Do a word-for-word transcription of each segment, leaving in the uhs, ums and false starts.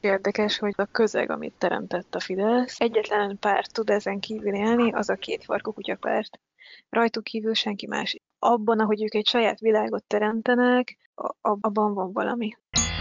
Érdekes, hogy a közeg, amit teremtett a Fidesz, egyetlen párt tud ezen kívül élni, az a kétfarkú kutyapárt. Rajtuk kívül senki más. Abban, ahogy ők egy saját világot teremtenek, a- abban van valami.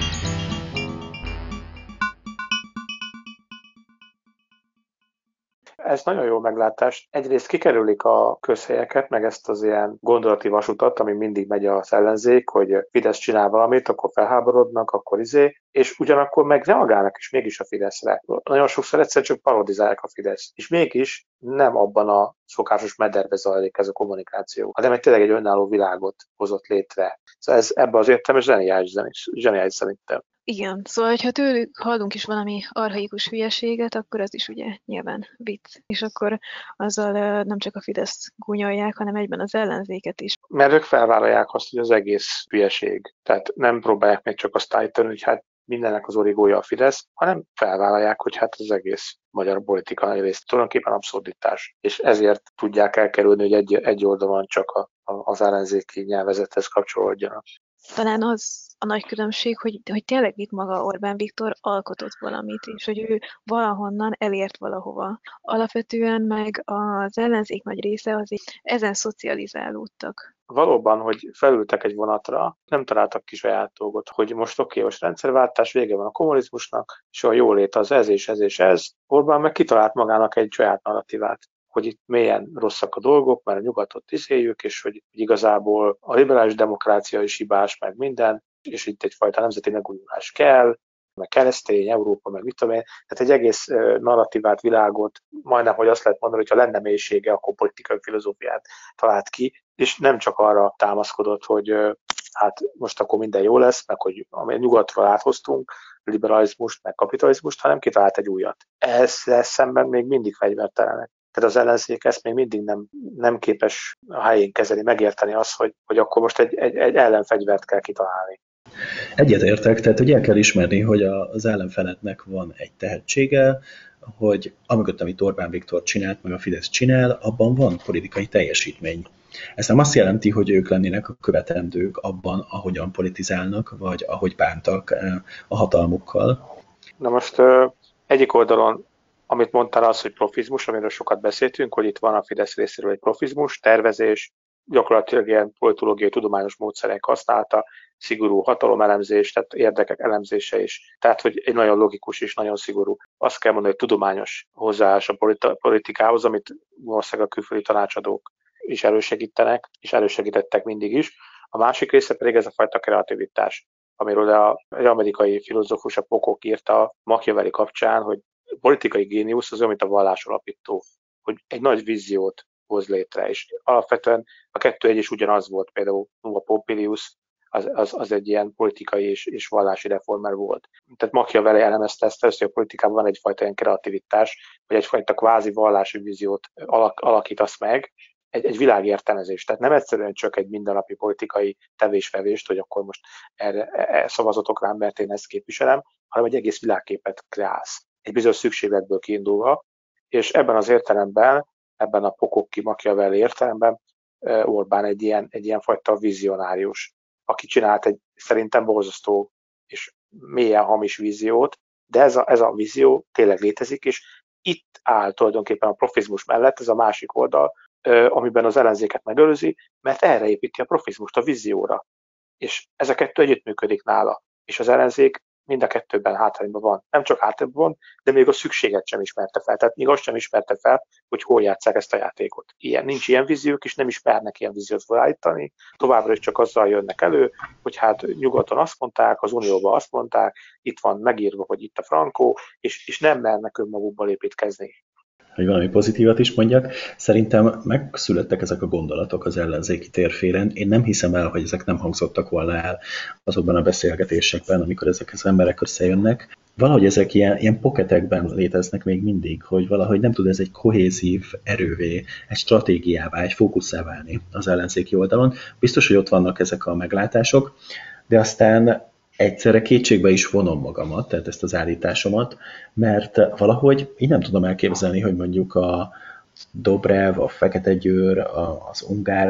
Ez nagyon jó meglátás. Egyrészt kikerülik a közhelyeket, meg ezt az ilyen gondolati vasutat, ami mindig megy az ellenzék, hogy Fidesz csinál valamit, akkor felháborodnak, akkor izé, és ugyanakkor meg reagálnak is mégis a Fideszre. Nagyon sokszor egyszer csak parodizálják a Fidesz, és mégis nem abban a szokásos mederbe zajlik ez a kommunikáció, hanem egy tényleg egy önálló világot hozott létre. Szóval ez ebben az értelemben zseniális, zseniális szerintem. Igen, szóval, hogyha tőlük hallunk is valami archaikus hülyeséget, akkor az is ugye nyilván vicc. És akkor azzal ö, nem csak a Fidesz gúnyolják, hanem egyben az ellenzéket is. Mert ők felvállalják azt, hogy az egész hülyeség. Tehát nem próbálják még csak azt állítani, hogy hát mindennek az origója a Fidesz, hanem felvállalják, hogy hát az egész magyar politika nagy rész tulajdonképpen abszurditás. És ezért tudják elkerülni, hogy egy, egy oldalon csak a, a, az ellenzéki nyelvezethez kapcsolódjanak. Talán az a nagy különbség, hogy, hogy tényleg itt maga Orbán Viktor alkotott valamit, és hogy ő valahonnan elért valahova. Alapvetően meg az ellenzék nagy része azért ezen szocializálódtak. Valóban, hogy felültek egy vonatra, nem találtak ki saját dolgot, hogy most oké, okay, most rendszerváltás, vége van a kommunizmusnak, és a jólét az ez és ez és ez. Orbán meg kitalált magának egy saját narratívát, hogy itt mélyen rosszak a dolgok, mert a nyugatot tiszteljük, és hogy igazából a liberális demokrácia is hibás, meg minden, és itt egyfajta nemzeti megújulás kell, meg keresztény, Európa, meg mit tudom én. Tehát egy egész narratívát, világot, majdnem, hogy azt lehet mondani, hogy ha lenne mélysége, akkor politikai filozófiát talált ki, és nem csak arra támaszkodott, hogy hát most akkor minden jó lesz, meg hogy amit nyugatról áthoztunk, liberalizmust, meg kapitalizmust, hanem kitalált egy újat. Ezzel szemben még mindig fegyvertelenek. Tehát az ellenzék ezt még mindig nem, nem képes a helyén kezelni, megérteni azt, hogy, hogy akkor most egy, egy, egy ellenfegyvert kell kitalálni. Egyetértek, tehát hogy el kell ismerni, hogy az ellenfelednek van egy tehetsége, hogy amögött, amit Orbán Viktor csinált, meg a Fidesz csinál, abban van politikai teljesítmény. Ez nem azt jelenti, hogy ők lennének a követendők abban, ahogyan politizálnak, vagy ahogy bántak a hatalmukkal. Na most egyik oldalon, amit mondtál, az, hogy profizmus, amiről sokat beszéltünk, hogy itt van a Fidesz részéről egy profizmus, tervezés, gyakorlatilag ilyen politológiai tudományos módszerek használta, szigorú hatalomelemzés, tehát érdekek elemzése is. Tehát, hogy egy nagyon logikus és nagyon szigorú. Azt kell mondani, hogy tudományos hozzáállás a politikához, amit valószínűleg a külföldi tanácsadók is elősegítenek, és elősegítettek mindig is. A másik része pedig ez a fajta kreativitás, amiről a, egy amerikai filozófus, a Pocock írta a Machiavelli kapcsán, hogy a politikai géniusz az olyan, mint a vallásalapító, hogy egy nagy víziót hoz létre, és alapvetően a kettő egy is ugyanaz volt, például Numa Pompilius, az, az, az egy ilyen politikai és, és vallási reformer volt. Tehát Machiavelli elemezte ezt, hogy a politikában van egyfajta ilyen kreativitás, vagy egyfajta kvázi vallási víziót alak, alakítasz meg, egy, egy világértelmezés. Tehát nem egyszerűen csak egy mindennapi politikai tevésvevést, hogy akkor most erre, erre szavazatok rám, mert én ezt képviselem, hanem egy egész világképet kreálsz. Egy bizonyos szükségletből kiindulva, és ebben az értelemben, ebben a Pococki Machiavelli értelemben Orbán egy ilyen, egy ilyen fajta vizionárius, aki csinált egy szerintem borzasztó és mélyen hamis víziót, de ez a, ez a vízió tényleg létezik, és itt áll tulajdonképpen a profizmus mellett ez a másik oldal, amiben az ellenzéket megelőzi, mert erre építi a profizmust, a vízióra. És ez a kettő együttműködik nála, és az ellenzék mind a kettőben hátrányban van. Nem csak hátrányban van, de még a szükséget sem ismerte fel. Tehát még azt sem ismerte fel, hogy hol játsszák ezt a játékot. Ilyen, nincs ilyen víziók, és nem is mernek ilyen víziót felállítani. Továbbra is csak azzal jönnek elő, hogy hát nyugaton azt mondták, az Unióban azt mondták, itt van megírva, hogy itt a frankó, és, és nem mernek önmagukból építkezni. Hogy valami pozitívat is mondjak, szerintem megszülettek ezek a gondolatok az ellenzéki térféren. Én nem hiszem el, hogy ezek nem hangzottak volna el azokban a beszélgetésekben, amikor ezek az emberek összejönnek. Valahogy ezek ilyen, ilyen pocketekben léteznek még mindig, hogy valahogy nem tud ez egy kohézív erővé, egy stratégiává, egy fókuszá válni az ellenzéki oldalon. Biztos, hogy ott vannak ezek a meglátások, de aztán egyszerre kétségbe is vonom magamat, tehát ezt az állításomat, mert valahogy így nem tudom elképzelni, hogy mondjuk a Dobrev, a Fekete Győr, az Ungár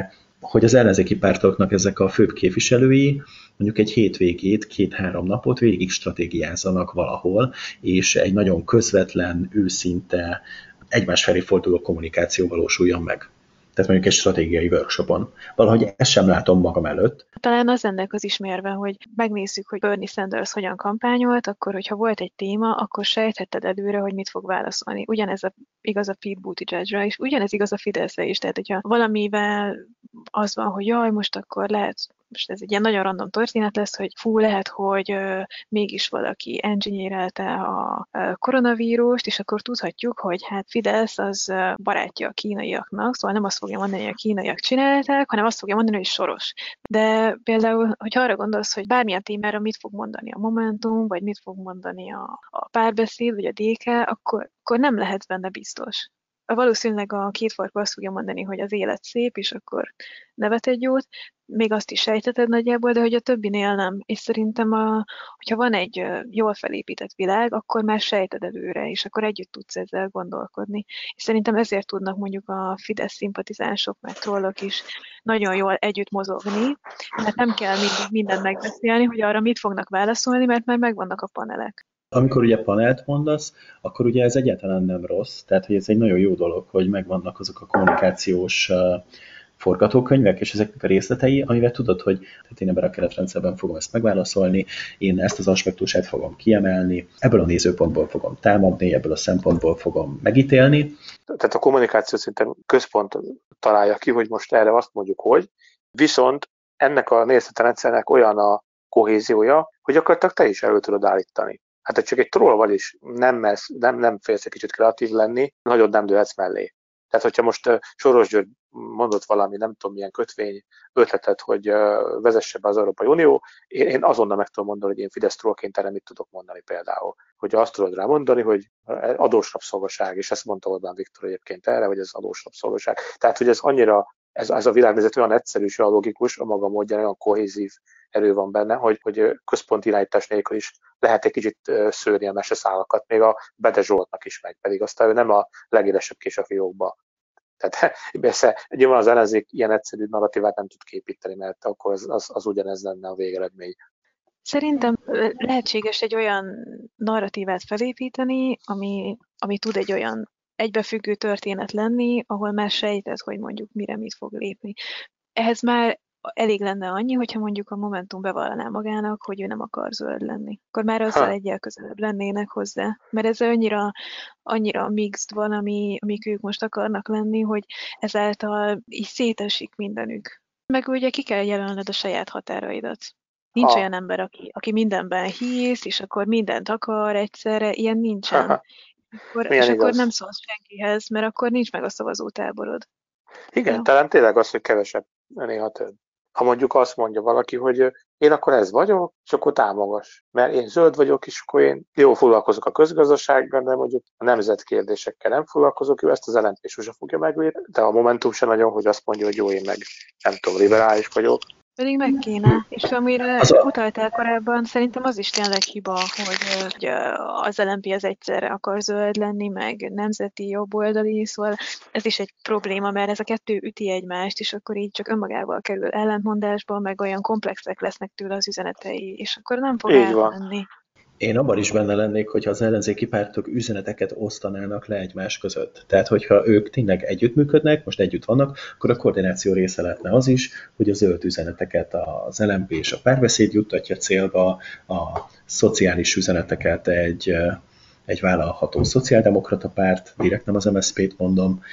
hogy az ellenzéki pártoknak ezek a főbb képviselői mondjuk egy hétvégét, két-három napot végig stratégiázzanak valahol, és egy nagyon közvetlen, őszinte, egymás felé forduló kommunikáció valósuljon meg. Tehát mondjuk egy stratégiai workshopon. Valahogy ezt sem látom magam előtt. Talán az ennek az ismérve, hogy megnézzük, hogy Bernie Sanders hogyan kampányolt, akkor, hogyha volt egy téma, akkor sejthetted előre, hogy mit fog válaszolni. Ugyanez a, igaz a Pete Buttigieg-ra is, ugyanez igaz a Fideszre is. Tehát, hogyha valamivel az van, hogy jaj, most akkor lehet, most ez egy ilyen nagyon random történet lesz, hogy fú, lehet, hogy uh, mégis valaki engineerelte a uh, koronavírust, és akkor tudhatjuk, hogy hát Fidesz az uh, barátja a kínaiaknak, szóval nem azt fogja mondani, hogy a kínaiak csinálták, hanem azt fogja mondani, hogy Soros. De például, hogy arra gondolsz, hogy bármilyen témára mit fog mondani a Momentum, vagy mit fog mondani a, a Párbeszéd, vagy a dé ká, akkor, akkor nem lehet benne biztos. Valószínűleg a két farka azt fogja mondani, hogy az élet szép, és akkor nevet egy jót, még azt is sejteted nagyjából, de hogy a többinél nem. És szerintem, a, hogyha van egy jól felépített világ, akkor már sejted előre, és akkor együtt tudsz ezzel gondolkodni. És szerintem ezért tudnak mondjuk a Fidesz szimpatizánsok, meg trollok is nagyon jól együtt mozogni, mert nem kell mindig mindent megbeszélni, hogy arra mit fognak válaszolni, mert már megvannak a panelek. Amikor ugye panelt mondasz, akkor ugye ez egyáltalán nem rossz, tehát hogy ez egy nagyon jó dolog, hogy megvannak azok a kommunikációs uh, forgatókönyvek, és ezeknek a részletei, amivel tudod, hogy tehát én ebben a keretrendszerben fogom ezt megválaszolni, én ezt az aspektusát fogom kiemelni, ebből a nézőpontból fogom támadni, ebből a szempontból fogom megítélni. Tehát a kommunikáció szinten központ találja ki, hogy most erre azt mondjuk, hogy viszont ennek a nézletrendszernek olyan a kohéziója, hogy gyakorlatilag te is elő tudod állítani. Hát, hogy csak egy troll vagy is nem, messz, nem, nem félsz egy kicsit kreatív lenni, nagyon nem dőhetsz mellé. Tehát, hogyha most uh, Soros György mondott valami, nem tudom milyen kötvény ötletet, hogy uh, vezesse be az Európai Unió, én, én azonnal meg tudom mondani, hogy én Fidesz trollként erre mit tudok mondani például. Hogy azt tudod rá mondani, hogy adósrabszolgaság, és ezt mondta Orbán Viktor egyébként erre, hogy ez adósrabszolgaság. Tehát, hogy ez annyira, ez, ez a világnézet olyan egyszerű és olyan logikus, a maga módján olyan kohézív erő van benne, hogy, hogy központi irányítás nélkül is lehet egy kicsit szőrni a meseszálakat, még a Bede Zsoltnak is megy, pedig aztán ő nem a legélesebb kés a fiókba. Tehát persze, nyilván az ellenzék ilyen egyszerű narratívát nem tud képíteni, mert akkor az, az, az ugyanez lenne a végeredmény. Szerintem lehetséges egy olyan narratívát felépíteni, ami, ami tud egy olyan egybefüggő történet lenni, ahol már sejted, hogy mondjuk mire mit fog lépni. Ehhez már elég lenne annyi, hogyha mondjuk a Momentum bevallaná magának, hogy ő nem akar zöld lenni. Akkor már azzal egyel közelebb lennének hozzá. Mert ez annyira, annyira mixed van, ami, amik ők most akarnak lenni, hogy ezáltal így szétesik mindenük. Meg ugye ki kell jelölned a saját határaidat. Nincs ha. olyan ember, aki, aki mindenben hisz, és akkor mindent akar egyszerre, ilyen nincsen. Akkor, és igaz. Akkor nem szólsz senkihez, mert akkor nincs meg a szavazótáborod. Igen, ja. Talán tényleg az, hogy kevesebb, néha több. Ha mondjuk azt mondja valaki, hogy én akkor ez vagyok, és akkor támogass. Mert én zöld vagyok, és akkor én jó foglalkozok a közgazdasággal, de mondjuk a nemzetkérdésekkel nem foglalkozok, ő ezt az ellentét sose fogja megvédeni, de a Momentum sem nagyon, hogy azt mondja, hogy jó, én meg nem tudom, liberális vagyok. Pedig meg kéne. És amire az utaltál korábban, szerintem az is tényleg hiba, hogy, hogy az el em pé az egyszerre akar zöld lenni, meg nemzeti jobboldali, szóval ez is egy probléma, mert ez a kettő üti egymást, és akkor így csak önmagával kerül ellentmondásba, meg olyan komplexek lesznek tőle az üzenetei, és akkor nem fog átmenni. Én abban is benne lennék, hogyha az ellenzéki pártok üzeneteket osztanának le egymás között. Tehát, hogyha ők tényleg együttműködnek, most együtt vannak, akkor a koordináció része lehetne az is, hogy a zöld üzeneteket az el em pé és a Párbeszéd juttatja célba, a szociális üzeneteket egy, egy vállalható szociáldemokrata párt, direkt nem az em es zé pét mondom,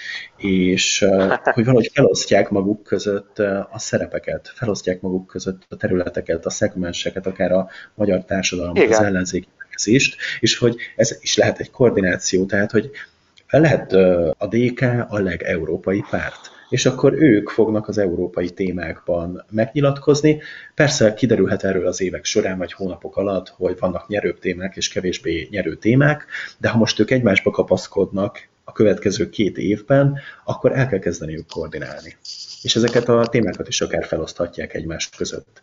és hogy valahogy felosztják maguk között a szerepeket, felosztják maguk között a területeket, a szegmenseket, akár a magyar társadalmat, az ellenzéki megkezést, és hogy ez is lehet egy koordináció, tehát hogy lehet a dé ká a legeurópai párt, és akkor ők fognak az európai témákban megnyilatkozni. Persze kiderülhet erről az évek során, vagy hónapok alatt, hogy vannak nyerőbb témák és kevésbé nyerő témák, de ha most ők egymásba kapaszkodnak a következő két évben, akkor el kell kezdeniük koordinálni. És ezeket a témákat is akár feloszthatják egymás között.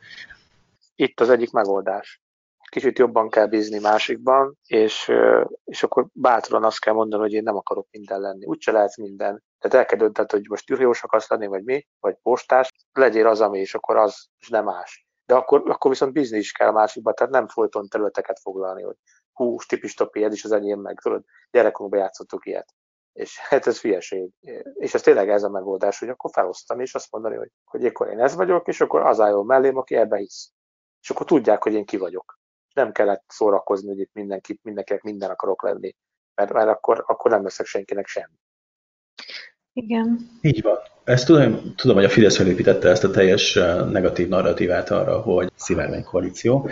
Itt az egyik megoldás. Kicsit jobban kell bízni másikban, és, és akkor bátran azt kell mondani, hogy én nem akarok minden lenni. Úgyse lehet minden. Tehát el kell döntened, hogy most űrhajós akarsz lenni, vagy mi, vagy postás, legyél az, ami, és akkor az, és nem más. De akkor, akkor viszont bízni is kell a másikba, tehát nem folyton területeket foglalni, hogy hú, stipistopi, ez is az enyém, meg tudod, gyerekkorunkban játszottuk ilyet. És hát ez hülyeség. És ez tényleg ez a megoldás, hogy akkor felosztani, és azt mondani, hogy, hogy akkor én ez vagyok, és akkor az álljon mellém, aki ebbe hisz. És akkor tudják, hogy én ki vagyok. Nem kellett szórakozni, hogy itt mindenki, mindenkinek minden akarok lenni, mert, mert akkor, akkor nem leszek senkinek semmi. Igen. Így van. Ezt tudom, tudom, hogy a Fidesz felépítette ezt a teljes negatív narratívát arra, hogy szivárvány koalíció,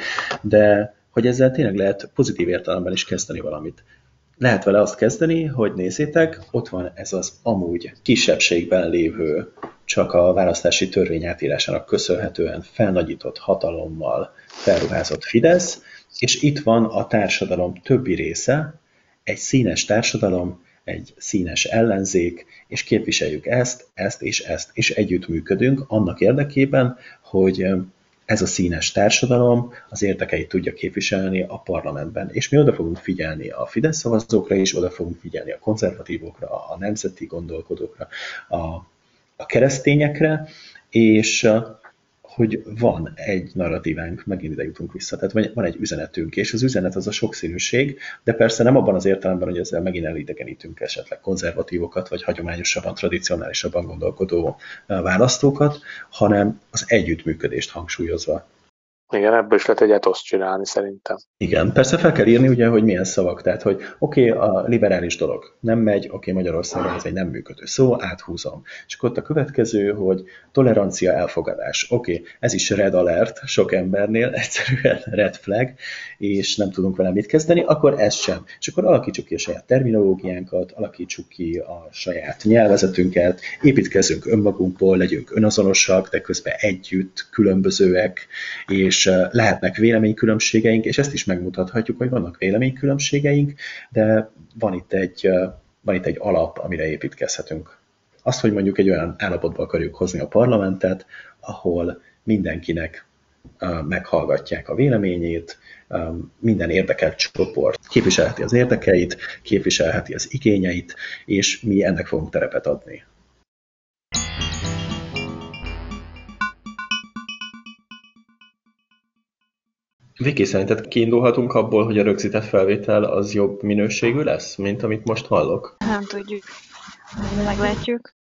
de hogy ezzel tényleg lehet pozitív értelemben is kezdeni valamit. Lehet vele azt kezdeni, hogy nézzétek, ott van ez az amúgy kisebbségben lévő, csak a választási törvény átírásának köszönhetően felnagyított hatalommal felruházott Fidesz, és itt van a társadalom többi része, egy színes társadalom, egy színes ellenzék, és képviseljük ezt, ezt és ezt, és együttműködünk annak érdekében, hogy ez a színes társadalom az érdekeit tudja képviselni a parlamentben. És mi oda fogunk figyelni a Fidesz szavazókra is, oda fogunk figyelni a konzervatívokra, a nemzeti gondolkodókra, a, a keresztényekre, és hogy van egy narratívánk, megint ide jutunk vissza, tehát van egy üzenetünk, és az üzenet az a sokszínűség, de persze nem abban az értelemben, hogy ezzel megint elidegenítünk esetleg konzervatívokat, vagy hagyományosabban, tradicionálisabban gondolkodó választókat, hanem az együttműködést hangsúlyozva. Igen, ebből is lehet egy etoszt csinálni szerintem. Igen, persze fel kell írni ugye, hogy milyen szavak, tehát hogy oké, okay, a liberális dolog nem megy, oké, okay, Magyarországon ez egy nem működő szó, áthúzom. És akkor ott a következő, hogy tolerancia, elfogadás. Oké, okay, ez is red alert sok embernél, egyszerűen red flag, és nem tudunk vele mit kezdeni, akkor ez sem. És akkor alakítsuk ki a saját terminológiánkat, alakítsuk ki a saját nyelvezetünket, építkezzünk önmagunkból, legyünk önazonosak, de közben együtt különbözőek, és lehetnek véleménykülönbségeink, és ezt is megmutathatjuk, hogy vannak véleménykülönbségeink, de van itt egy, van itt egy alap, amire építkezhetünk. Azt, hogy mondjuk egy olyan állapotba akarjuk hozni a parlamentet, ahol mindenkinek meghallgatják a véleményét, minden érdekelt csoport képviselheti az érdekeit, képviselheti az igényeit, és mi ennek fogunk terepet adni. Viki, szerinted kiindulhatunk abból, hogy a rögzített felvétel az jobb minőségű lesz, mint amit most hallok? Nem tudjuk. Meglátjuk.